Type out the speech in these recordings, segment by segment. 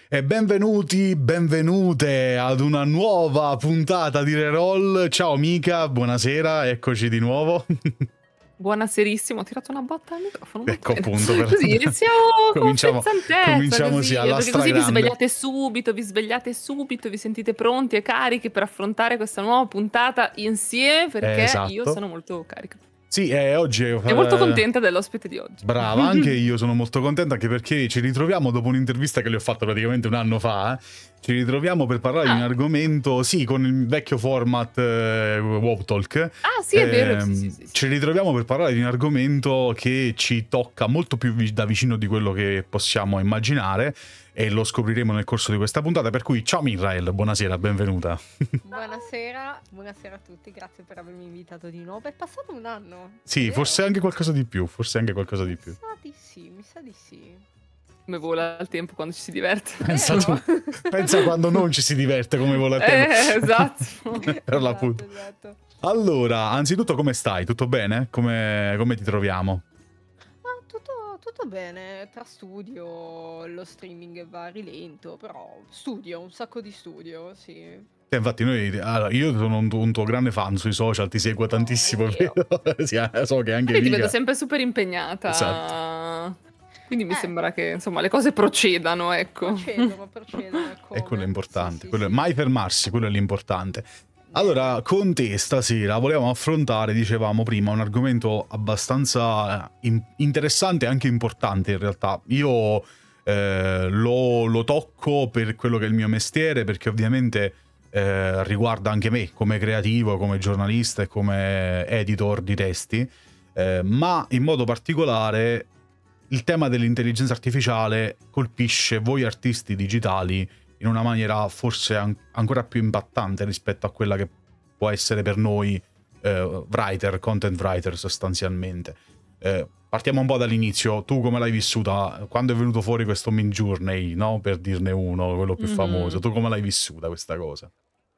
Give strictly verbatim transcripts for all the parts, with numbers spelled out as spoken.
E benvenuti, benvenute ad una nuova puntata di Reroll. Ciao Mica, buonasera, eccoci di nuovo. Buonaserissimo, ho tirato una botta al microfono. Ecco bene. appunto. Per... Così iniziamo cominciamo, con pezzantezza, cominciamo così, sì, alla perché così vi stragrande. svegliate subito, vi svegliate subito, vi sentite pronti e carichi per affrontare questa nuova puntata insieme, perché Eh, esatto. io sono molto carica. Sì, eh, oggi... Eh, e molto contenta dell'ospite di oggi. Brava, anche io sono molto contenta, anche perché ci ritroviamo dopo un'intervista che le ho fatto praticamente un anno fa. Eh. Ci ritroviamo per parlare ah. di un argomento, sì, con il vecchio format eh, WoW Talk. Ah, sì, è eh, vero. Sì, sì, sì, sì. Ci ritroviamo per parlare di un argomento che ci tocca molto più da vicino di quello che possiamo immaginare. E lo scopriremo nel corso di questa puntata, per cui ciao Mirael, buonasera, benvenuta. Buonasera, buonasera a tutti, grazie per avermi invitato di nuovo. È passato un anno. Sì, forse anche qualcosa di più, forse anche qualcosa di più. Mi sa di sì, mi sa di sì. Come vola il tempo quando ci si diverte. Pensa, tu, pensa quando non ci si diverte come vola il tempo. Eh, esatto. Per l'appunto. Esatto, esatto. Allora, anzitutto come stai? Tutto bene? Come, come ti troviamo? Ah, tutto, tutto bene, tra studio, lo streaming va a rilento, però studio, un sacco di studio, sì. Eh, infatti noi, allora, io sono un, un tuo grande fan sui social, ti seguo tantissimo, Oh, sì, so che anche Io ti Mica... vedo sempre super impegnata. Esatto. Quindi mi eh. sembra che insomma le cose procedano, ecco. Procedono, procedono. E quello è importante, sì, sì, quello sì. È mai fermarsi, quello è l'importante. Allora, con te stasera volevamo affrontare, dicevamo prima, un argomento abbastanza in- interessante e anche importante in realtà. Io eh, lo, lo tocco per quello che è il mio mestiere, perché ovviamente eh, riguarda anche me come creativo, come giornalista e come editor di testi, eh, ma in modo particolare il tema dell'intelligenza artificiale colpisce voi artisti digitali in una maniera forse an- ancora più impattante rispetto a quella che può essere per noi eh, writer, content writer sostanzialmente. Eh, partiamo un po' dall'inizio. Tu come l'hai vissuta? Quando è venuto fuori questo Midjourney, no? Per dirne uno, quello più Mhm. famoso. Tu come l'hai vissuta questa cosa?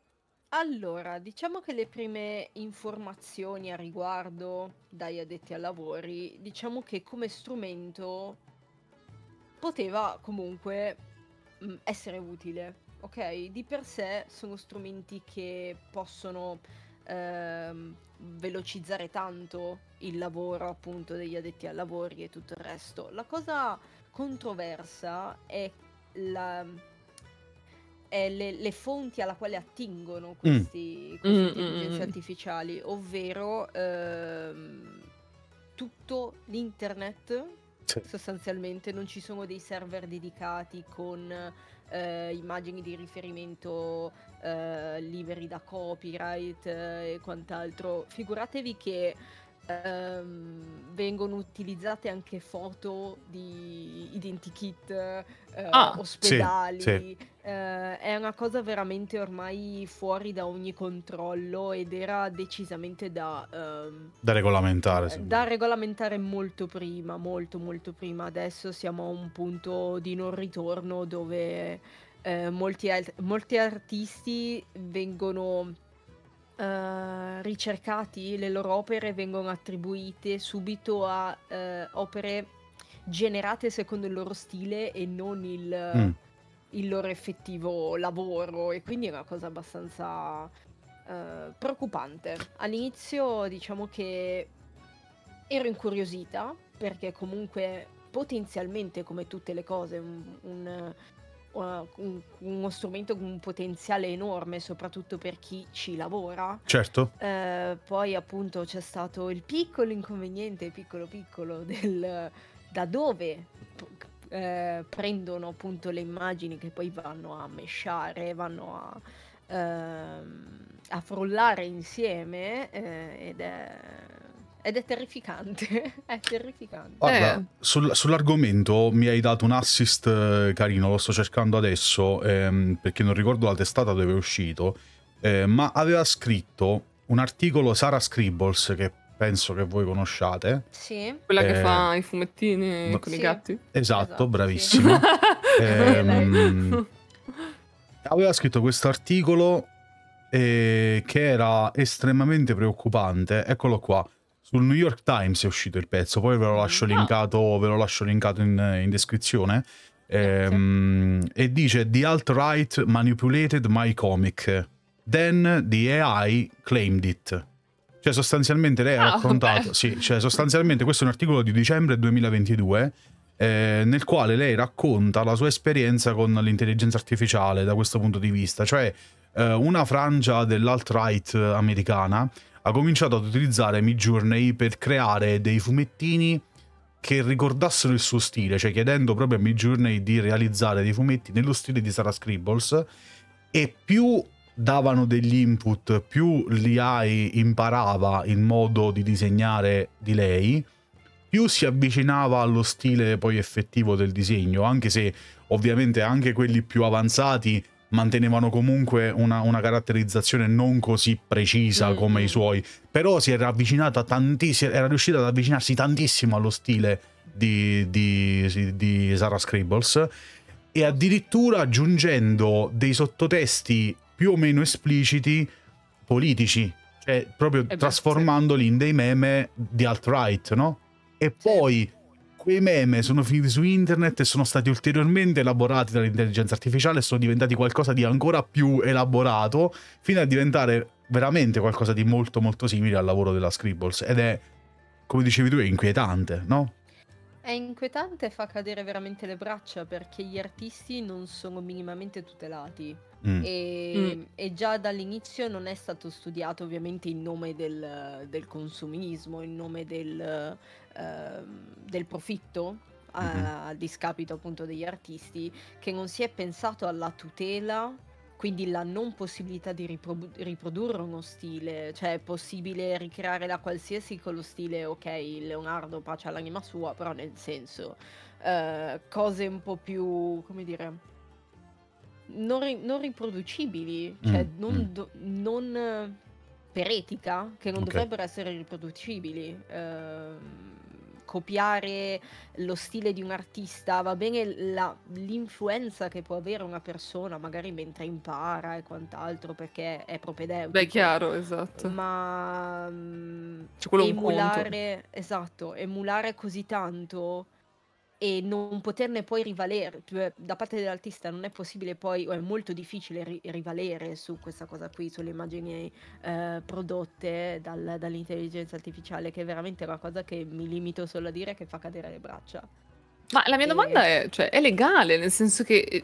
Allora, diciamo che le prime informazioni a riguardo dai addetti ai lavori, diciamo che come strumento poteva comunque mh, essere utile, ok? Di per sé sono strumenti che possono ehm, velocizzare tanto il lavoro appunto degli addetti ai lavori e tutto il resto. La cosa controversa è la... è le, le fonti alla quale attingono questi, queste Mm, intelligenze mm, mm. artificiali, ovvero ehm, tutto l'internet, Sì. sostanzialmente non ci sono dei server dedicati con eh, immagini di riferimento eh, liberi da copyright eh, e quant'altro. Figuratevi che ehm, vengono utilizzate anche foto di identikit, eh, Ah, ospedali. sì, sì. Eh, è una cosa veramente ormai fuori da ogni controllo ed era decisamente da, ehm, Da regolamentare. eh, Sì. da regolamentare molto prima, molto molto prima. Adesso siamo a un punto di non ritorno dove eh, molti, al- molti artisti vengono eh, ricercati, le loro opere vengono attribuite subito a eh, opere generate secondo il loro stile e non il, Mm. il loro effettivo lavoro, e quindi è una cosa abbastanza eh, preoccupante. All'inizio diciamo che ero incuriosita perché comunque potenzialmente, come tutte le cose, un, un- uh, un- uno strumento con un potenziale enorme, soprattutto per chi ci lavora. Certo. Eh, poi appunto c'è stato il piccolo inconveniente, piccolo piccolo, del da dove p- eh, prendono appunto le immagini che poi vanno a mesciare, vanno a, ehm, a frullare insieme, eh, ed è, ed è terrificante, è terrificante. Guarda, Eh. sul- sull'argomento mi hai dato un assist eh, carino, lo sto cercando adesso, ehm, perché non ricordo la testata dove è uscito, eh, ma aveva scritto un articolo Sara Scribbles, che penso che voi conosciate. Sì. Quella Eh, che fa i fumettini b- con i Sì. gatti. Esatto, Esatto, bravissima. sì. Ehm, aveva scritto questo articolo eh, che era estremamente preoccupante. Eccolo qua. Sul New York Times è uscito il pezzo, poi ve lo lascio Mm. linkato, ve lo lascio linkato in, in descrizione. Grazie. Ehm, e dice: The alt-right manipulated my comic. Then the A I claimed it. Cioè, sostanzialmente lei ha Ah, raccontato. beh. Sì, cioè, sostanzialmente questo è un articolo di dicembre duemilaventidue. eh, nel quale lei racconta la sua esperienza con l'intelligenza artificiale da questo punto di vista. Cioè, eh, una frangia dell'alt-right americana ha cominciato ad utilizzare Midjourney per creare dei fumettini che ricordassero il suo stile, cioè chiedendo proprio a Midjourney di realizzare dei fumetti nello stile di Sarah Scribbles, e più davano degli input, più l'A I imparava il modo di disegnare di lei, più si avvicinava allo stile poi effettivo del disegno, anche se ovviamente anche quelli più avanzati mantenevano comunque una, una caratterizzazione non così precisa come i Mm-mm. suoi, però si era avvicinata tantissimo, era riuscita ad avvicinarsi tantissimo allo stile di, di, di Sarah Scribbles, e addirittura aggiungendo dei sottotesti più o meno espliciti politici, cioè proprio Eh beh, sì. trasformandoli in dei meme di alt-right, no? E Sì. poi quei meme sono finiti su internet e sono stati ulteriormente elaborati dall'intelligenza artificiale e sono diventati qualcosa di ancora più elaborato, fino a diventare veramente qualcosa di molto molto simile al lavoro della Scribbles. Ed è, come dicevi tu, è inquietante, no? È inquietante e fa cadere veramente le braccia perché gli artisti non sono minimamente tutelati. Mm. Mm. E, e già dall'inizio non è stato studiato ovviamente in nome del, del consumismo, in nome del, ehm, del profitto, a, a discapito appunto degli artisti, che non si è pensato alla tutela, quindi la non possibilità di riprodu- riprodurre uno stile, cioè è possibile ricreare la qualsiasi con lo stile, ok, Leonardo pace all'anima sua, però nel senso, eh, cose un po' più, come dire, non, ri- non riproducibili, cioè Mm, non, mm. do- non, eh, per etica, che non Ok. dovrebbero essere riproducibili. Ehm, copiare lo stile di un artista, va bene la- l'influenza che può avere una persona, magari mentre impara e quant'altro, perché è Beh, propedeutico, chiaro, esatto. ma mm, C'è quello un conto. emulare, esatto, emulare così tanto e non poterne poi rivalere, cioè, da parte dell'artista non è possibile poi, o è molto difficile ri- rivalere su questa cosa qui, sulle immagini eh, prodotte dal- dall'intelligenza artificiale, che è veramente una cosa che mi limito solo a dire che fa cadere le braccia. Ma la mia domanda E... è, cioè, è legale, nel senso che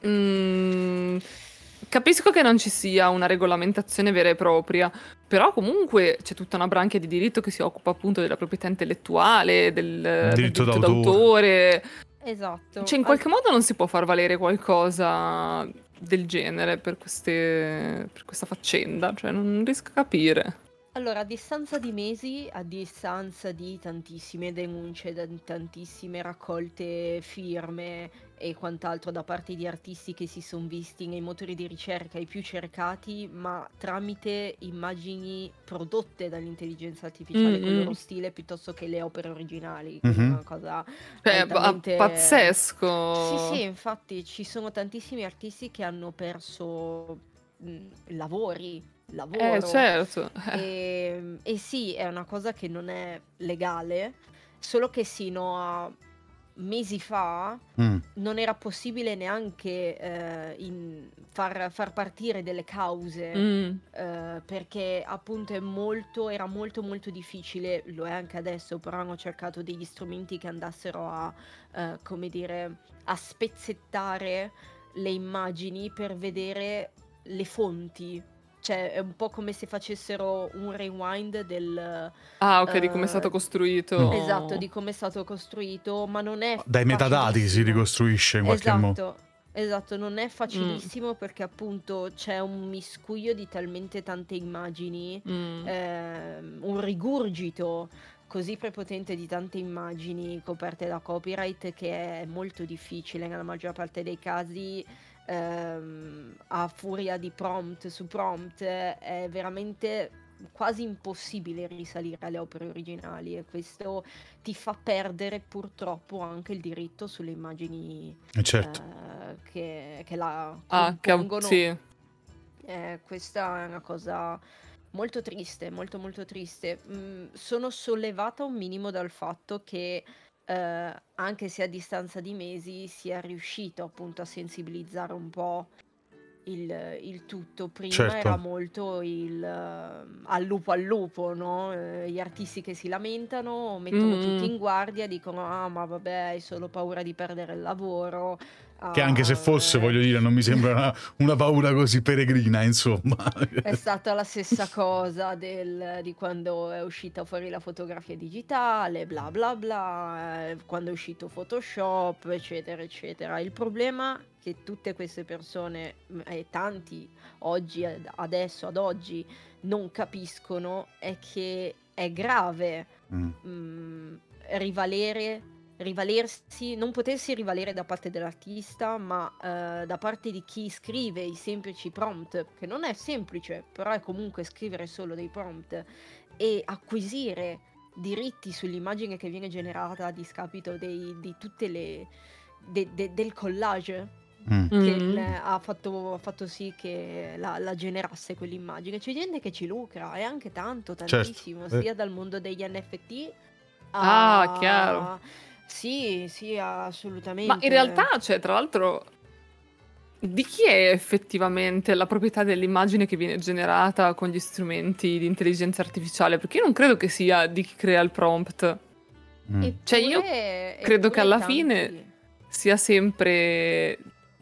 mm, capisco che non ci sia una regolamentazione vera e propria, però comunque c'è tutta una branchia di diritto che si occupa appunto della proprietà intellettuale, del, del Diritto diritto d'autore. d'autore. Esatto. Cioè, in Al- qualche modo non si può far valere qualcosa del genere per queste, per questa faccenda, cioè non riesco a capire. Allora, a distanza di mesi, a distanza di tantissime denunce, da tantissime raccolte firme e quant'altro da parte di artisti che si sono visti nei motori di ricerca i più cercati, ma tramite immagini prodotte dall'intelligenza artificiale con il loro Mm-mm. stile piuttosto che le opere originali, quindi Mhm. una cosa Cioè, ba- altamente... Sì, pazzesco. sì, infatti ci sono tantissimi artisti che hanno perso mh, lavori, Eh, lavoro. certo. Eh. E, e sì, è una cosa che non è legale, solo che sino a mesi fa Mm. non era possibile neanche eh, in- far, far partire delle cause. Mm. eh, perché appunto è molto, era molto molto difficile, lo è anche adesso, però hanno cercato degli strumenti che andassero a, eh, come dire, a spezzettare le immagini per vedere le fonti. Cioè, è un po' come se facessero un rewind del... Ah, ok, di come è stato eh, Mm. esatto, di costruito. come è stato costruito, ma non è Dai metadati si facilissimo. ricostruisce in qualche modo. Esatto, esatto, non è Mm. facilissimo perché appunto c'è un miscuglio di talmente tante immagini, Mm. ehm, un rigurgito così prepotente di tante immagini coperte da copyright che è molto difficile nella maggior parte dei casi, ehm, a furia di prompt su prompt, eh, è veramente quasi impossibile risalire alle opere originali e questo ti fa perdere purtroppo anche il diritto sulle immagini Eh, certo. eh, che, che la Ah, che ha- compongono. sì. Eh, questa è una cosa molto triste, molto molto triste. Mm, sono sollevata un minimo dal fatto che eh, anche se a distanza di mesi, sia riuscito appunto a sensibilizzare un po' il, il tutto. Prima era Certo. molto il eh, al lupo al lupo, no? Eh, gli artisti che si lamentano mettono tutti Mm. in guardia, dicono ah ma vabbè hai solo paura di perdere il lavoro, Che anche se ah, fosse, eh, voglio dire, non mi sembra una, una paura così peregrina, insomma. È stata la stessa cosa del- di quando è uscita fuori la fotografia digitale, bla bla bla, eh, quando è uscito Photoshop, eccetera, eccetera. Il problema che tutte queste persone, m- e tanti oggi, ad- adesso, ad oggi, non capiscono è che è grave Mm. mh, rivalere, rivalersi, non potersi rivalere da parte dell'artista, ma eh, da parte di chi scrive i semplici prompt, che non è semplice, però è comunque scrivere solo dei prompt e acquisire diritti sull'immagine che viene generata a discapito dei- di tutte le de- de- del collage Mm. che il- Mm. ha fatto, ha fatto sì che la, la generasse quell'immagine. C'è gente che ci lucra e anche tanto, Certo. tantissimo, Eh, sia dal mondo degli N F T Ah, chiaro. a... Sì, sì, Ma in assolutamente. realtà, cioè, tra l'altro, di chi è effettivamente la proprietà dell'immagine che viene generata con gli strumenti di intelligenza artificiale? Perché io non credo che sia di chi crea il prompt. mm. Cioè, io Eppure, credo che eppure alla tanti... fine sia sempre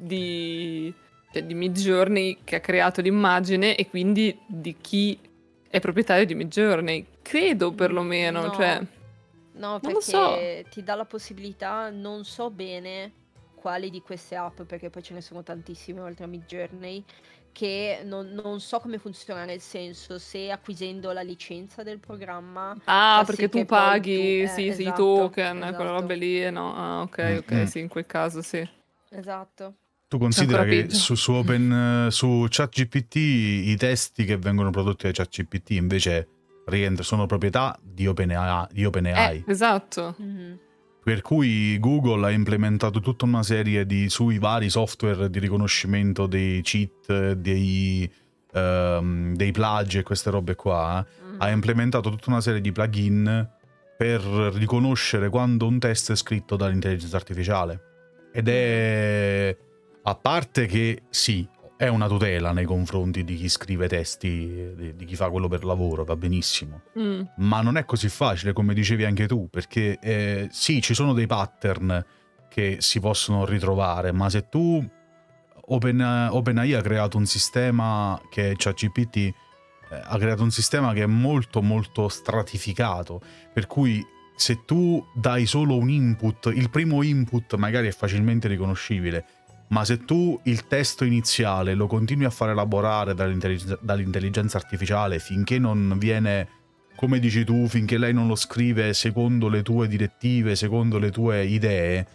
di, cioè, di Midjourney che ha creato l'immagine e quindi di chi è proprietario di Midjourney. Credo Mm, perlomeno, cioè, No, no, non lo so. perché ti dà la possibilità, non so bene quali di queste app, perché poi ce ne sono tantissime oltre a Midjourney, che non, non so come funziona, nel senso se acquisendo la licenza del programma Ah, fa perché sì tu che poi tu... paghi, eh, sì, sì, i esatto, token, quelle robe esatto, lì, no? Ah, ok, Mm, ok, mm. sì, in quel caso sì. esatto. Tu C'è considera ancora che peggio. su, su Open, eh, su ChatGPT i testi che vengono prodotti da ChatGPT invece rientrano, sono proprietà di OpenAI, di Eh, OpenAI. esatto. Mhm. Per cui Google ha implementato tutta una serie di sui vari software di riconoscimento dei cheat, dei, ehm, dei plagi e queste robe qua. eh. Ha Mhm. implementato tutta una serie di plugin per riconoscere quando un testo è scritto dall'intelligenza artificiale. Ed Mhm. è, a parte che sì, è una tutela nei confronti di chi scrive testi, di, di chi fa quello per lavoro, va benissimo. Mm. Ma non è così facile, come dicevi anche tu, perché eh, sì, ci sono dei pattern che si possono ritrovare, ma se tu Open, OpenAI ha creato un sistema che è ChatGPT, eh, ha creato un sistema che è molto molto stratificato, per cui se tu dai solo un input, il primo input magari è facilmente riconoscibile, ma se tu il testo iniziale lo continui a far elaborare dall'intelligenza, dall'intelligenza artificiale finché non viene, come dici tu, finché lei non lo scrive secondo le tue direttive, secondo le tue idee,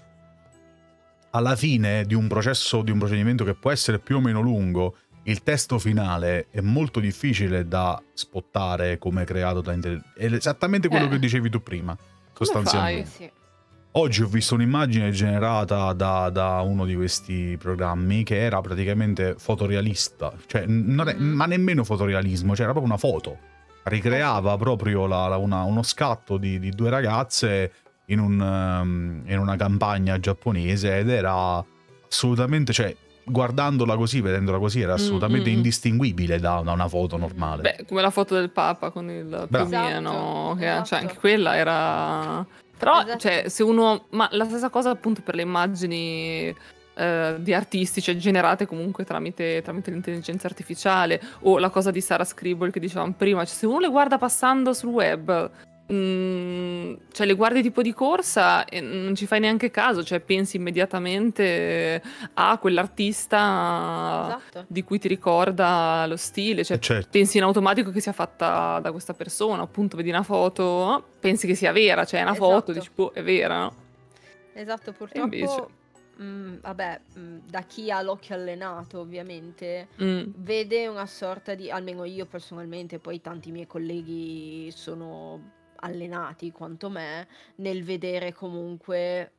alla fine di un processo, di un procedimento che può essere più o meno lungo, il testo finale è molto difficile da spottare come creato da intelligenza. È esattamente quello Eh, che dicevi tu prima, come Eh sostanzialmente. fai? sì. Oggi ho visto un'immagine generata da, da uno di questi programmi che era praticamente fotorealista, cioè non è, Mhm. ma nemmeno fotorealismo, cioè era proprio una foto. Ricreava proprio la- la- una- uno scatto di, di due ragazze in, un, um, in una campagna giapponese ed era assolutamente, cioè guardandola così, vedendola così, era Mm, assolutamente mm, mm. indistinguibile da, da una foto Mhm. normale. Beh, come la foto del Papa con il Bravo. piumino, Esatto, che, cioè anche esatto, quella era... Però, cioè, esatto. se uno... Ma la stessa cosa appunto per le immagini eh, di artisti, cioè generate comunque tramite, tramite l'intelligenza artificiale, o la cosa di Sarah Scribble che dicevamo prima, cioè se uno le guarda passando sul web, mm, cioè le guardi tipo di corsa e non ci fai neanche caso, cioè pensi immediatamente a quell'artista Esatto. di cui ti ricorda lo stile, E cioè certo, pensi in automatico che sia fatta da questa persona, appunto vedi una foto, pensi che sia vera, cioè è una foto, Esatto. dici, boh, è vera, no? Esatto, E invece... purtroppo, mm, vabbè, mm, da chi ha l'occhio allenato, ovviamente, mm, vede una sorta di, almeno io personalmente, poi tanti miei colleghi sono allenati quanto me, nel vedere comunque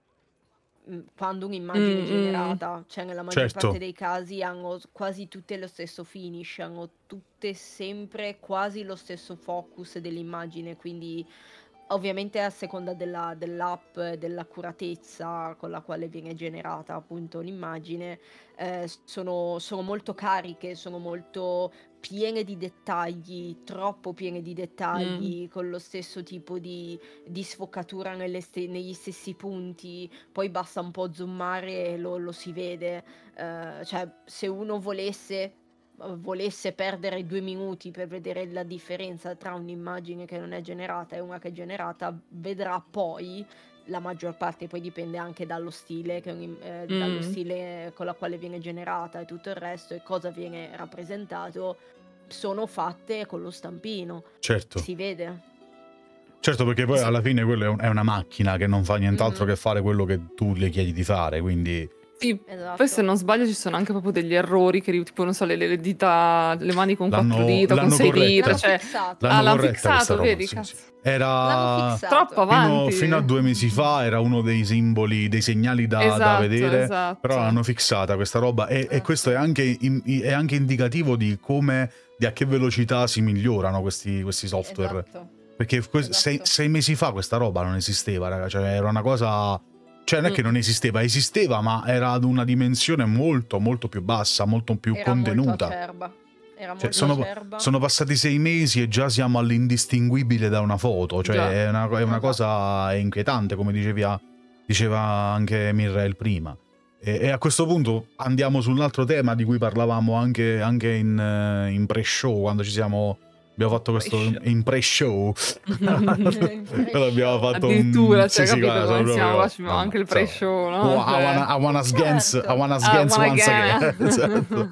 mm, quando un'immagine è mm, mm. generata, cioè nella maggior parte certo. dei casi hanno s- quasi tutte lo stesso finish, hanno tutte sempre quasi lo stesso focus dell'immagine, quindi Ovviamente a seconda della dell'app e dell'accuratezza con la quale viene generata appunto l'immagine, ehm, s sono sono molto cariche, sono molto piene di dettagli, troppo piene di Mh. dettagli, con lo stesso tipo di di sfocatura nelle ste negli stessi punti, poi basta un po' zoomare e lo lo si vede. Ehm, cioè se uno volesse uhm, volesse perdere due minuti per vedere la differenza tra un'immagine che non è generata e una che è generata, vedrà poi la maggior parte poi dipende anche dallo stile che un'im ehm, dallo Mh. stile con la quale viene generata e tutto il resto e cosa viene rappresentato, sono fatte con lo stampino. Certo. Si vede. Certo, perché poi Sì. alla fine quello è un è una macchina che non fa nient'altro Mh-mh. che fare quello che tu le chiedi di fare, quindi Sì, poi se Esatto. non sbaglio ci sono anche proprio degli errori che ri tipo, non so, le le le dita le mani con quattro l'hanno dita, con l'hanno sei dita, L'hanno corretta. cioè fissato. ah, L'hanno l'han corretta questa fissato, roba, vedi, sì, sì. cazzo. L'hanno Era Troppo fissato. fino avanti. fino a due mesi fa era uno dei simboli, dei segnali da da Esatto, vedere, però esatto. l'hanno fissata questa roba e e Eh questo è sì. anche in i è anche indicativo di come di a che velocità si migliorano questi questi Sì, software. esatto. Perché ques sei Esatto. sei mesi fa questa roba non esisteva, raga, cioè era una cosa cioè non è che Mh. non esisteva, esisteva, ma era ad una dimensione molto, molto più bassa, molto più Era molto contenuta. acerba. Era Cioè molto Mh. sono acerba. sono passati sei mesi e già siamo all'indistinguibile da una foto, Già. cioè è una co è una Eh già. cosa inquietante, come dicevi a diceva anche Mirrell prima. E e a questo punto andiamo su un altro tema di cui parlavamo anche anche in in pre-show, quando ci siamo abbiamo fatto questo Fresh. in pre-show. In Quello abbiamo pre-show. fatto un Addirittura, sì, cioè sì, capito guarda, sono come siamo? Qua proprio ci abbiamo vabbè, anche il insomma. pre-show, Oh, no, I wanna cioè I wanna sgans I Certo. wanna ah, sgans wanna once again. ga Esatto.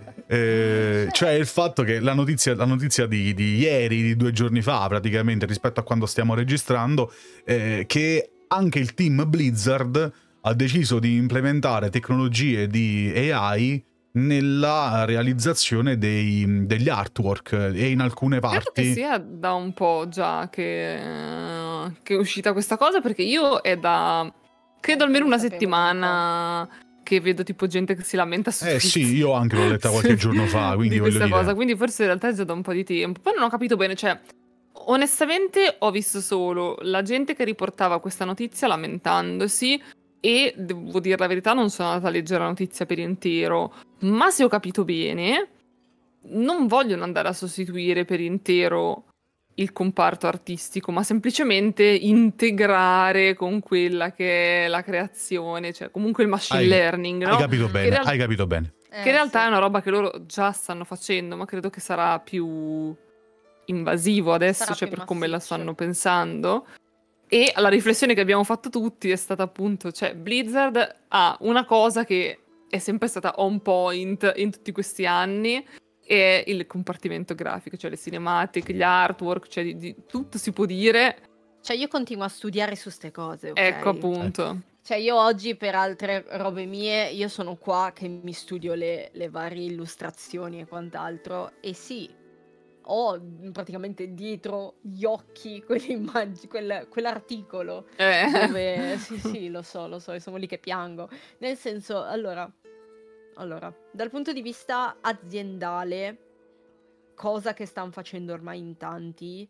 Ehm, cioè Certo. il fatto che la notizia la notizia di di ieri, di due giorni fa praticamente, rispetto a quando stiamo registrando, ehm, che anche il team Blizzard ha deciso di implementare tecnologie di A I nella realizzazione dei degli artwork e in alcune credo che parti sia da un po' già che che è uscita questa cosa, perché io è da credo Anche almeno lo una sapevo da un po'. settimana che vedo tipo gente che si lamenta su eh sì, Twitter io anche l'ho letta sì, qualche giorno fa, quindi di voglio questa cosa, dire quindi forse in realtà è già da un po' di tempo. Poi non ho capito bene, cioè onestamente ho visto solo la gente che riportava questa notizia lamentandosi e devo dir la verità non sono andata a leggere la notizia per intero, ma se ho capito bene non vogliono andare a sostituire per intero il comparto artistico, ma semplicemente integrare con quella che è la creazione, cioè comunque il machine hai learning, hai no, capito che in bene, real hai capito bene. che in Eh realtà sì. è una roba che loro già stanno facendo, ma credo che sarà più invasivo adesso, Sarà cioè più per come la massiccio. stanno pensando. E la riflessione che abbiamo fatto tutti è stata appunto, cioè Blizzard ha una cosa che è sempre stata on point in tutti questi anni, è il compartimento grafico, cioè le cinematiche, gli artwork, cioè di, di- tutto si può dire. Cioè io continuo a studiare su ste cose, Ecco ok? Ecco. appunto. Cioè io oggi per altre robe mie, io sono qua che mi studio le, le varie illustrazioni e quant'altro e sì, ho mm, praticamente dietro gli occhi quell'immagine, quel- quell'articolo Eh. dove sì sì lo so, lo so, e sono lì che piango. Nel senso, allora, allora, dal punto di vista aziendale, cosa che stanno facendo ormai in tanti,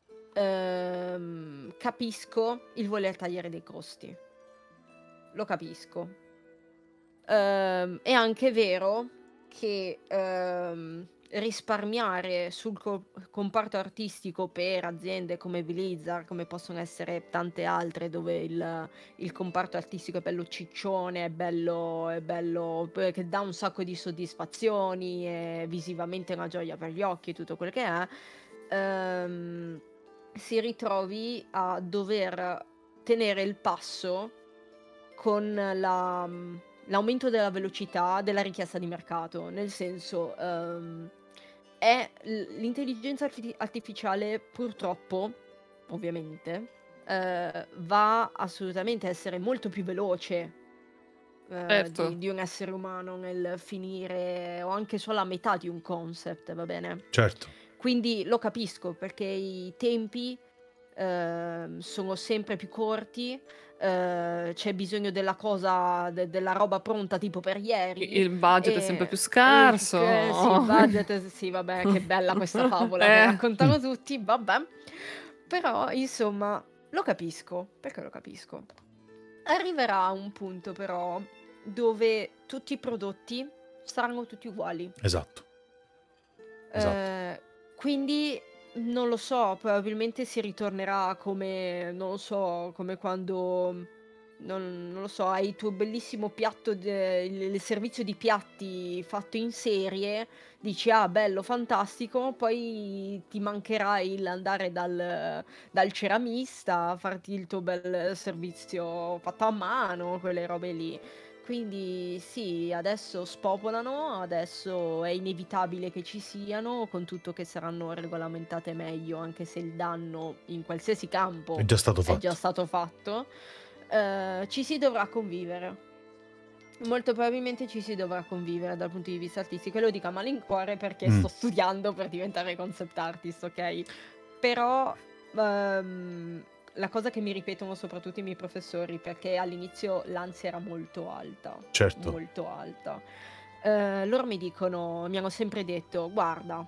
ehm, capisco il voler tagliare dei costi. Lo capisco. Ehm, è anche vero che, ehm, risparmiare sul co comparto artistico per aziende come Blizzard, come possono essere tante altre dove il il comparto artistico è bello ciccione, è bello è bello p che dà un sacco di soddisfazioni, è visivamente una gioia per gli occhi e tutto quel che è, ehm, si ritrovi a dover tenere il passo con la mhmm, l'aumento della velocità della richiesta di mercato. Nel senso, ehm, è l l'intelligenza arfiti artificiale purtroppo, ovviamente, ehm, va assolutamente a essere molto più veloce, ehm, di Certo. di un essere umano nel finire o anche solo a metà di un concept, va bene? Certo. Quindi lo capisco perché i tempi, ehm, sono sempre più corti, ehm, c'è bisogno della cosa de della roba pronta tipo per I- ieri, Il budget è sempre più e e scarso. che sì, il budget sì, vabbè, che bella questa favola che Eh. Mh. raccontano tutti, vabbè. Però insomma, Lo capisco, perché lo capisco. Arriverà un punto però dove tutti i prodotti saranno tutti uguali. Esatto, esatto. Eh, quindi non lo so, probabilmente si ritornerà come, non lo so, come quando, non, non lo so, hai il tuo bellissimo piatto, de- il, il servizio di piatti fatto in serie, dici ah bello, fantastico, poi ti mancherà il andare dal, dal ceramista, farti il tuo bel servizio fatto a mano, quelle robe lì. Quindi sì, adesso spopolano, adesso è inevitabile che ci siano, con tutto che saranno regolamentate meglio, anche se il danno in qualsiasi È campo già stato è già fatto. stato fatto. Eh, ci si dovrà convivere. Molto probabilmente ci si dovrà convivere dal punto di vista artistico, e lo dico a malincuore perché Mm. sto studiando per diventare concept artist, ok? Però ehm, la cosa che mi ripetono soprattutto i miei professori, perché all'inizio l'ansia era molto alta, Certo. molto alta. Eh, loro mi dicono, mi hanno sempre detto, guarda,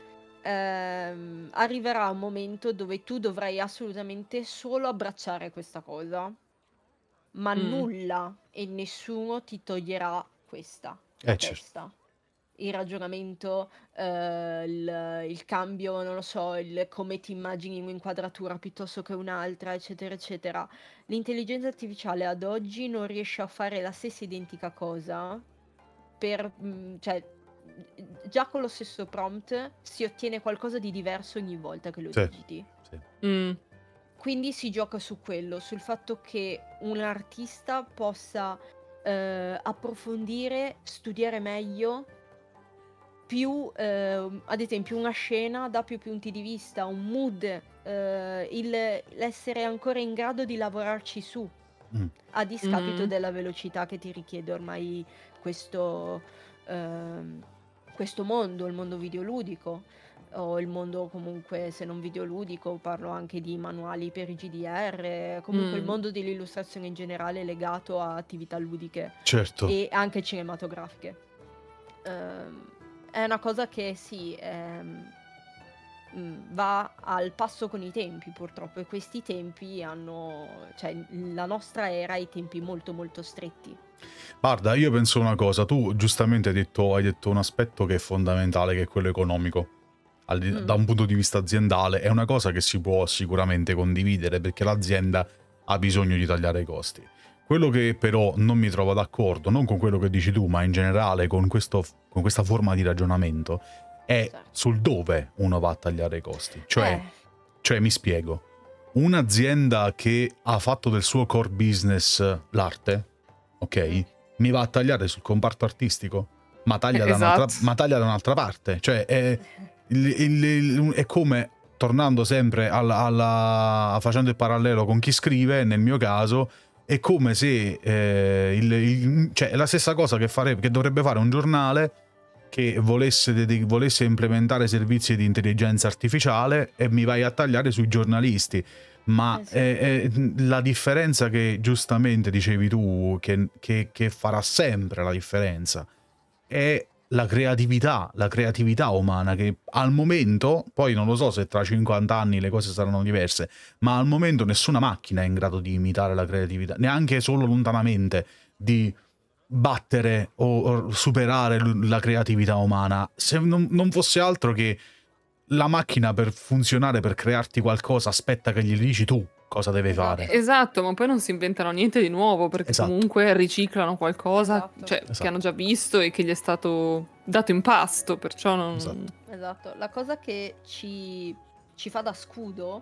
ehm, arriverà un momento dove tu dovrai assolutamente solo abbracciare questa cosa, ma Mm. nulla e nessuno ti toglierà questa Eh da certo. testa. Il ragionamento, eh, il, il cambio, non lo so, il come ti immagini un'inquadratura piuttosto che un'altra, eccetera, eccetera. L'intelligenza artificiale ad oggi non riesce a fare la stessa identica cosa per, mm, cioè, già con lo stesso prompt si ottiene qualcosa di diverso ogni volta che lo Sì, digiti. sì. Mm. Quindi si gioca su quello, sul fatto che un artista possa eh, approfondire, studiare meglio, più, ehm, ad esempio, una scena da più punti di vista, un mood, eh, il- l'essere ancora in grado di lavorarci su, Mm. a discapito Mhm. della velocità che ti richiede ormai questo, ehm, questo mondo, il mondo videoludico, o il mondo comunque, se non videoludico, parlo anche di manuali per i G D R, comunque il Mm. mondo dell'illustrazione in generale legato a attività ludiche Certo. e anche cinematografiche. Ehm, è una cosa che sì, ehm, mm, va al passo con i tempi purtroppo, e questi tempi hanno, cioè la nostra era ha i tempi molto molto stretti. Guarda, io penso una cosa, tu giustamente hai detto, hai detto un aspetto che è fondamentale, che è quello economico. Al di- Da Mm, un punto di vista aziendale è una cosa che si può sicuramente condividere perché l'azienda ha bisogno di tagliare i costi. Quello che però non mi trovo d'accordo, non con quello che dici tu, ma in generale con, questo, con questa forma di ragionamento, è sì. sul dove uno va a tagliare i costi. Cioè, Eh, cioè mi spiego, un'azienda che ha fatto del suo core business l'arte, ok? mm, Mi va a tagliare sul comparto artistico, ma taglia da un'altra, Esatto. ma taglia da un'altra parte. Cioè, è, il- il- il- è come, tornando sempre alla, alla- facendo il parallelo con chi scrive, nel mio caso, è come se eh, il, il- cioè, è la stessa cosa che, farebbe, che dovrebbe fare un giornale che volesse, dedi- volesse implementare servizi di intelligenza artificiale e mi vai a tagliare sui giornalisti. Ma eh sì. eh, eh, la differenza che giustamente dicevi tu, che, che- che farà sempre la differenza, è la creatività, la creatività umana, che al momento, poi non lo so se tra cinquanta anni le cose saranno diverse, ma al momento nessuna macchina è in grado di imitare la creatività, neanche solo lontanamente di battere o, o superare l- la creatività umana. Se non, non fosse altro che la macchina, per funzionare, per crearti qualcosa, aspetta che gli dici tu cosa deve Esatto. fare. Esatto, ma poi non si inventano niente di nuovo perché Esatto. comunque riciclano qualcosa, Esatto. cioè, Esatto. che hanno già visto e che gli è stato dato in pasto, perciò non... Esatto. Esatto, la cosa che ci, ci fa da scudo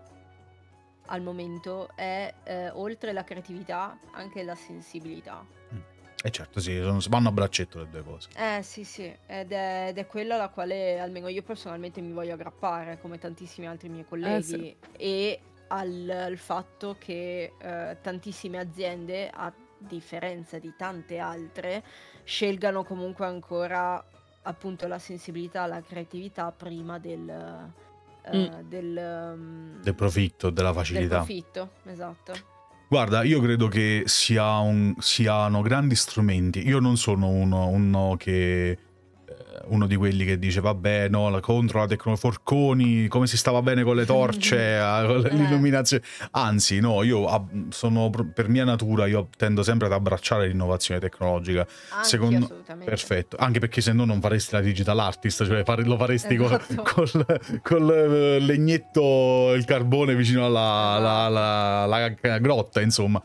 al momento è, eh, oltre la creatività, anche la sensibilità. E certo, sì, sono- vanno a braccetto le due cose. Eh sì sì, ed è, ed è quella alla quale almeno io personalmente mi voglio aggrappare, come tantissimi altri miei colleghi, sì. e al, al fatto che eh, tantissime aziende, a differenza di tante altre, scelgano comunque ancora appunto la sensibilità, la creatività prima del, eh, Mm. del, um, Del profitto, della del facilità. profitto, esatto. Guarda, io credo che sia un- siano grandi strumenti. Io non sono uno, uno che eh, uno di quelli che dice vabbè no, la contro la tecnologia forconi, come si stava bene con le torce, con l'illuminazione. Anzi no, io ab- sono per mia natura, io tendo sempre ad abbracciare l'innovazione tecnologica. Anche Secondo assolutamente. perfetto, anche perché se no non faresti la digital artist, cioè fare- lo faresti Esatto. col, col, col eh, legnetto, il carbone vicino alla, alla- alla- alla grotta, insomma.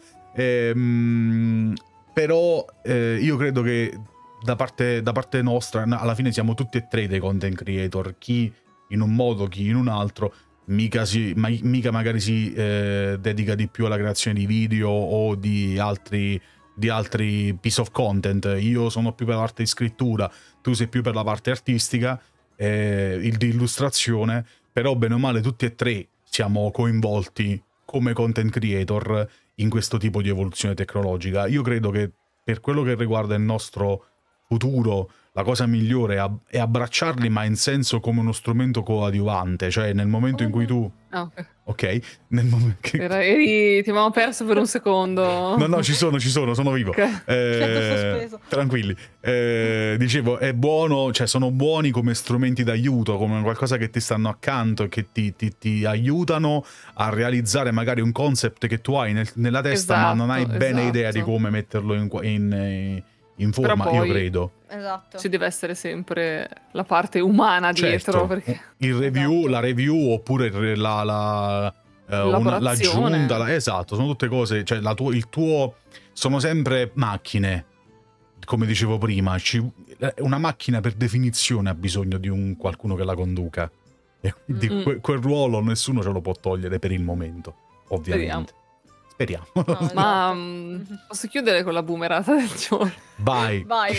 Ehm, però eh, io credo che da parte, da parte nostra, na- alla fine siamo tutti e tre dei content creator, chi in un modo, chi in un altro, mica, si, ma- mica magari si eh, dedica di più alla creazione di video o di altri, di altri piece of content. Io sono più per la parte di scrittura, tu sei più per la parte artistica, eh, il di illustrazione, però bene o male tutti e tre siamo coinvolti come content creator in questo tipo di evoluzione tecnologica. Io credo che per quello che riguarda il nostro futuro, la cosa migliore è, ab- è abbracciarli, ma in senso come uno strumento coadiuvante, cioè nel momento in cui tu, Ah, ok. ok, nel momento che... Era- eri- ti avevamo perso per un secondo. No, no, ci sono, ci sono, sono vivo. Ok. Fiato Eh, sospeso. tranquilli. Eh, dicevo, è buono, cioè sono buoni come strumenti d'aiuto, come qualcosa che ti stanno accanto e che ti, ti- ti aiutano a realizzare magari un concept che tu hai nel- nella testa, ma non hai Esatto, bene idea di esatto. come metterlo in, qua- in, eh, in Però forma, io poi- credo. Esatto. Ci deve essere sempre la parte umana dietro, Certo, perché il review, Esatto. la review oppure il- la, la, eh, una- L'elaborazione. l'aggiunta, la- esatto, sono tutte cose, cioè la tuo- il tuo, sono sempre macchine, come dicevo prima, ci- una macchina per definizione ha bisogno di un qualcuno che la conduca, e quindi Mm. que- quel ruolo nessuno ce lo può togliere per il momento, ovviamente. Speriamo. No, Ma esatto. mm, posso chiudere con la boomerata del giorno? Vai. Vai.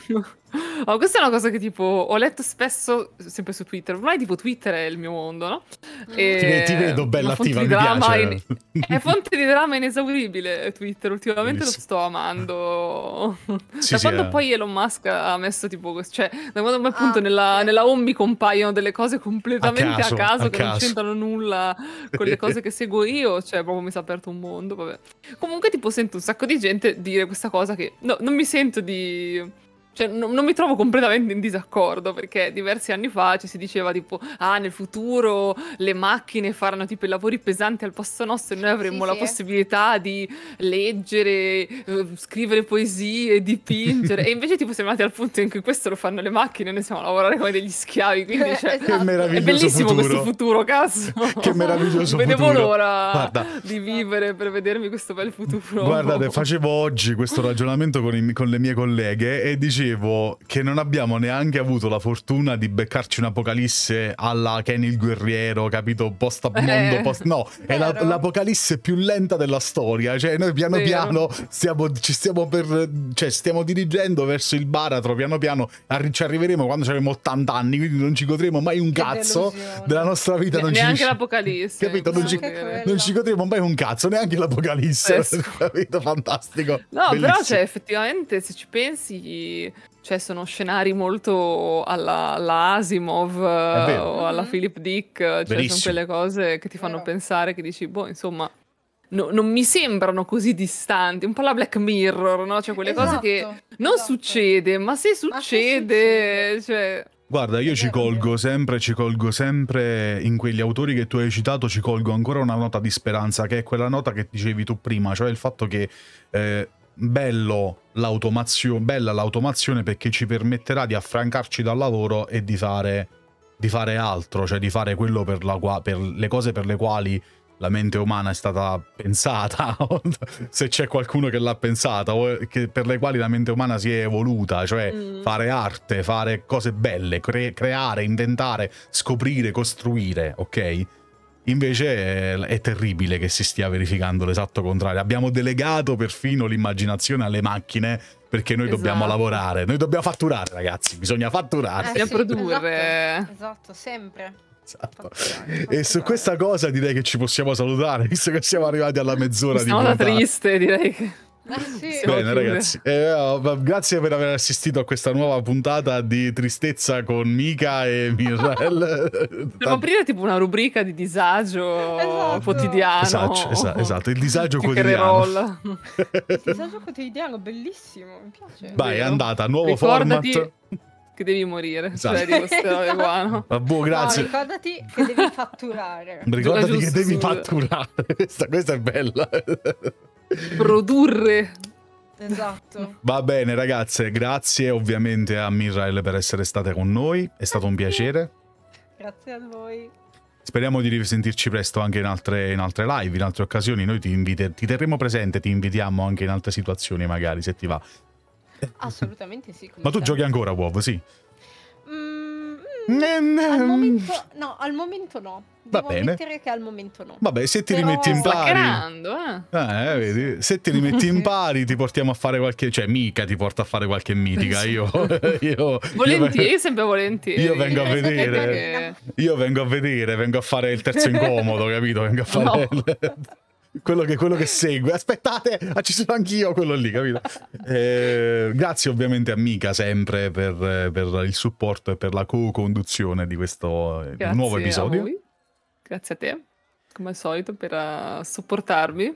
Oh, questa è una cosa che tipo ho letto spesso, sempre su Twitter. Ormai tipo Twitter è il mio mondo, no? E Ti, ve- ti vedo bella una fonte attiva, di mi dramma piace. in- È fonte di dramma inesauribile Twitter, ultimamente lo Bellissimo. sto amando. Sì, Da sì, quando eh. poi Elon Musk ha messo tipo questo, cioè da quando appunto Ah, nella, sì. nella home mi compaiono delle cose completamente A caso, a caso, a che non caso. c'entrano nulla con le cose che seguo io, cioè proprio mi si è aperto un mondo, vabbè. Comunque tipo sento un sacco di gente dire questa cosa che no, non mi sento di... Cioè, no- non mi trovo completamente in disaccordo, perché diversi anni fa ci si diceva tipo, ah, nel futuro le macchine faranno tipo i lavori pesanti al posto nostro e noi avremmo Sì, la sì. possibilità di leggere, eh, scrivere poesie, dipingere, e invece tipo siamo arrivati al punto in cui questo lo fanno le macchine e noi siamo a lavorare come degli schiavi, quindi cioè, Esatto. Che meraviglioso è bellissimo futuro. questo futuro, cazzo! Che meraviglioso Non vedevo futuro. l'ora Guarda. di vivere per vedermi questo bel futuro. Guardate, facevo oggi questo ragionamento con, i- con le mie colleghe e dicevo che non abbiamo neanche avuto la fortuna di beccarci un'apocalisse alla Kenny il guerriero, capito? Post mondo, Eh. post... No, è la- Vero. l'apocalisse più lenta della storia. Cioè, noi piano Vero. piano stiamo, ci stiamo per... Cioè, stiamo dirigendo verso il baratro, piano piano arri- ci arriveremo quando avremo ottanta anni, quindi non ci godremo mai un Che cazzo delusione. della nostra vita. Ne- non ci neanche riusci- l'apocalisse. Capito? Non ci, Neanche quella. non ci godremo mai un cazzo, neanche l'apocalisse. Pazzesco. Capito? Fantastico. No, però Bellissimo. cioè, effettivamente, se ci pensi, cioè, sono scenari molto alla, alla Asimov eh, vero. o alla Mhm. Philip Dick, cioè sono Verissimo. quelle cose che ti fanno Vero. pensare, che dici, boh, insomma, no- non mi sembrano così distanti, un po' la Black Mirror, no? Cioè quelle cose che Esatto, non esatto. succede, ma se Ma se succede, cioè... Guarda, io È ci vero, è colgo vero. sempre, ci colgo sempre in quegli autori che tu hai citato, ci colgo ancora una nota di speranza, che è quella nota che dicevi tu prima, cioè il fatto che eh, bello l'automazione, bella l'automazione perché ci permetterà di affrancarci dal lavoro e di fare, di fare altro, cioè di fare quello per, la qua- per le cose per le quali la mente umana è stata pensata, se c'è qualcuno che l'ha pensata, o che- per le quali la mente umana si è evoluta, cioè Mm. fare arte, fare cose belle, cre- creare, inventare, scoprire, costruire, ok? Invece è, è terribile che si stia verificando l'esatto contrario. Abbiamo delegato perfino l'immaginazione alle macchine perché noi dobbiamo Esatto. lavorare, noi dobbiamo fatturare, ragazzi, bisogna fatturare. Bisogna sì, produrre. Esatto, esatto, sempre. Esatto. Fatturare, E su fatturare. questa cosa direi che ci possiamo salutare, visto che siamo arrivati alla mezz'ora di Siamo da puntata. triste, direi che... Eh sì. Siamo- Bene chiudere. ragazzi, Eh, oh, grazie per aver assistito a questa nuova puntata di tristezza con Mika e Mirel. Devo aprire tipo una rubrica di disagio Esatto. quotidiano. Esatto, esatto, esatto, il disagio Chiacchiere quotidiano. roll. Il disagio quotidiano, bellissimo, mi piace. Vai, è Vero. andata, nuovo Ricordati format. che devi morire, Esatto. cioè di questo guano. Vabbè, No, grazie. ricordati che devi fatturare. Ricordati Giusto, che devi giusto. fatturare. Questa, questa è bella. Produrre. Esatto. Va bene, ragazze, grazie ovviamente a Mirrael per essere state con noi. È stato un piacere. Grazie a voi. Speriamo di risentirci presto anche in altre, in altre live, in altre occasioni. Noi ti, invite- ti terremo presente, ti invitiamo anche in altre situazioni, magari, se ti va. Assolutamente sì. come Ma tu sempre. giochi ancora a WoW, sì? Mm, mm, al momento no, al momento no. Va Devo bene. ammettere che al momento no. Vabbè, se ti Però- rimetti in Sta pari... Hackerando, eh. Eh, vedi? Se ti rimetti in pari ti portiamo a fare qualche... Cioè, mica ti porta a fare qualche mitica. Io... io Volentieri, io, sempre volentieri. io vengo a Penso che- vedere. io vengo a vedere, vengo a fare il terzo incomodo, capito? Vengo a fare... No. il- Quello che, quello che segue, aspettate, ah, ci sono anch'io, quello lì, capito? Eh, grazie ovviamente a Mika sempre per, per il supporto e per la co-conduzione di questo eh, Grazie nuovo a episodio. voi. Grazie a te, come al solito, per uh, sopportarmi.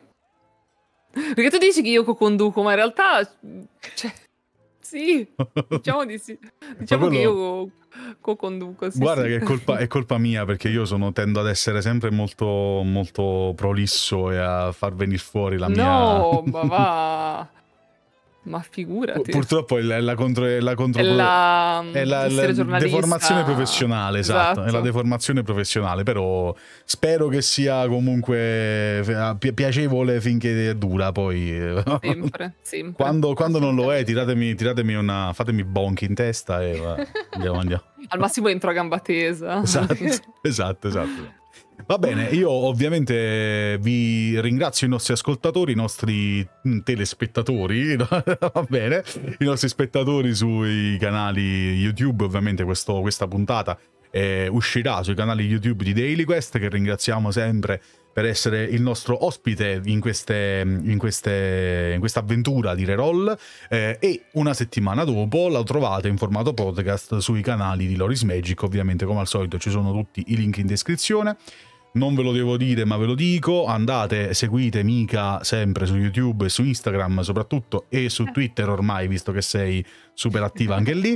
Perché tu dici che io co-conduco, ma in realtà... Cioè, sì, diciamo di sì. Diciamo quello- che io co-conduco, sì, Guarda sì. che è colpa, è colpa mia perché io sono, tendo ad essere sempre molto, molto prolisso e a far venire fuori la mia... No, ma va... Ma figurati. Purtroppo è la, è la contro... È la, contro... È la... è la- essere la giornalista. deformazione professionale, esatto, è la deformazione professionale, però spero che sia comunque pi- piacevole finché dura, poi eh, Sempre, sempre. quando, quando non lo è tiratemi, tiratemi una, fatemi bonk in testa e va, andiamo, andiamo. Al massimo entro a gamba tesa. Esatto, esatto, esatto. Va bene, io ovviamente vi ringrazio i nostri ascoltatori, i nostri mm, telespettatori, no? Va bene, i nostri spettatori sui canali YouTube, ovviamente questo- questa puntata eh, uscirà sui canali YouTube di Daily Quest, che ringraziamo sempre per essere il nostro ospite in, queste, in, queste, in questa avventura di Reroll, eh, e una settimana dopo la trovate in formato podcast sui canali di Loris Magic. Ovviamente come al solito ci sono tutti i link in descrizione. Non ve lo devo dire ma ve lo dico, andate, seguite Mika sempre su YouTube e su Instagram soprattutto, e su Twitter ormai, visto che sei super attiva anche lì.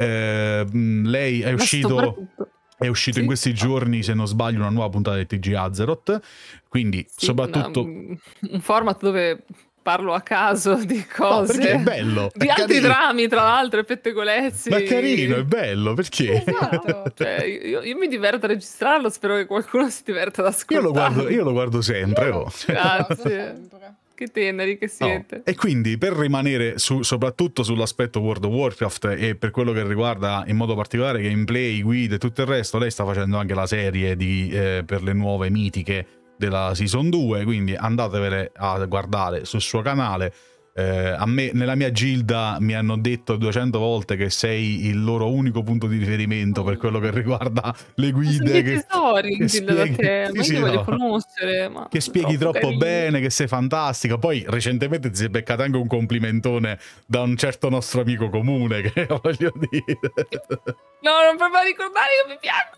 Eh, mh, lei è Ma uscito... soprattutto- È uscito Sì. in questi giorni, se non sbaglio, una nuova puntata di T G Azeroth, quindi sì, soprattutto... una- un format dove parlo a caso di No, cose. perché è bello, Di è altri carino. drammi, tra l'altro, e pettegolezzi. Ma è carino, è bello, perché? Esatto. Cioè, io, io mi diverto a registrarlo, spero che qualcuno si diverta ad Io lo ascoltarlo. guardo, io lo guardo sempre. Io oh. lo guardo Grazie. sempre. Che teneri che No. siete. E quindi per rimanere su- soprattutto sull'aspetto World of Warcraft e per quello che riguarda in modo particolare gameplay, guide e tutto il resto, lei sta facendo anche la serie di, eh, per le nuove mitiche della Season due, quindi andatevele a guardare sul suo canale. Eh, a me, nella mia gilda, mi hanno detto duecento volte che sei il loro unico punto di riferimento per quello che riguarda le Ma sono guide. dei Che, tesori che in Gilda da spieghi- te, sì, ma sì, io voglio no. conoscere. Ma Che spieghi troppo, carini. bene, che sei fantastica. Poi recentemente ti sei beccato anche un complimentone da un certo nostro amico comune, che voglio dire. No, non proprio a ricordare che mi piace.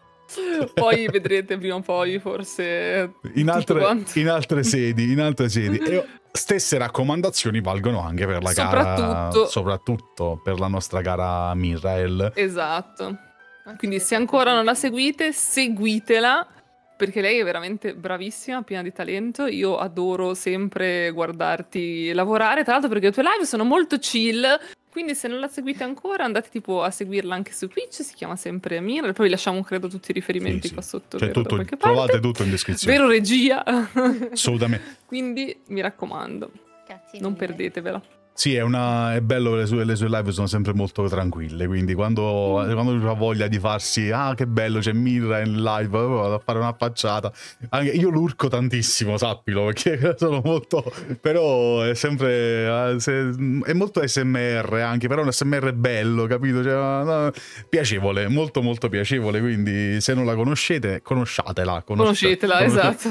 Poi vedrete prima o poi, forse. In tutto altre, quanto. in altre sedi, in altre sedi. E stesse raccomandazioni valgono anche per la cara, Soprattutto. soprattutto per la nostra cara Mirrael. Esatto. Anche Quindi perché se ancora non la seguite, seguitela, perché lei è veramente bravissima, piena di talento. Io adoro sempre guardarti lavorare, tra l'altro perché le tue live sono molto chill, quindi se non la seguite ancora andate tipo a seguirla anche su Twitch, si chiama sempre Mira, e poi vi lasciamo credo tutti i riferimenti Sì, sì. qua sotto. Cioè, vero, da tutto, qualche trovate parte. tutto in descrizione. Vero regia? Assolutamente. Quindi mi raccomando, Grazie non mille. perdetevela. Sì, è, una, è bello, le sue, le sue live sono sempre molto tranquille, quindi quando, Mm. quando lui ha voglia di farsi, ah che bello, c'è Mirra in live, oh, vado a fare una facciata. Anche io l'urco tantissimo, sappilo, perché sono molto, però è sempre, eh, se- è molto S M R anche, però è un S M R bello, capito? Cioè, no, piacevole, molto molto piacevole, quindi se non la conoscete, conosciatela. Conoscetela, esatto.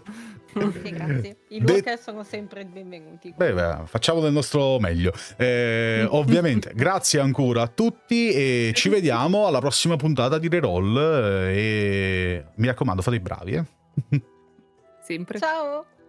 Grazie, grazie. I De- lurker sono sempre benvenuti. Beh, beh, facciamo del nostro meglio. Eh, ovviamente, grazie ancora a tutti e ci vediamo alla prossima puntata di Reroll. eh, E mi raccomando, fate i bravi, eh. Sempre. Ciao!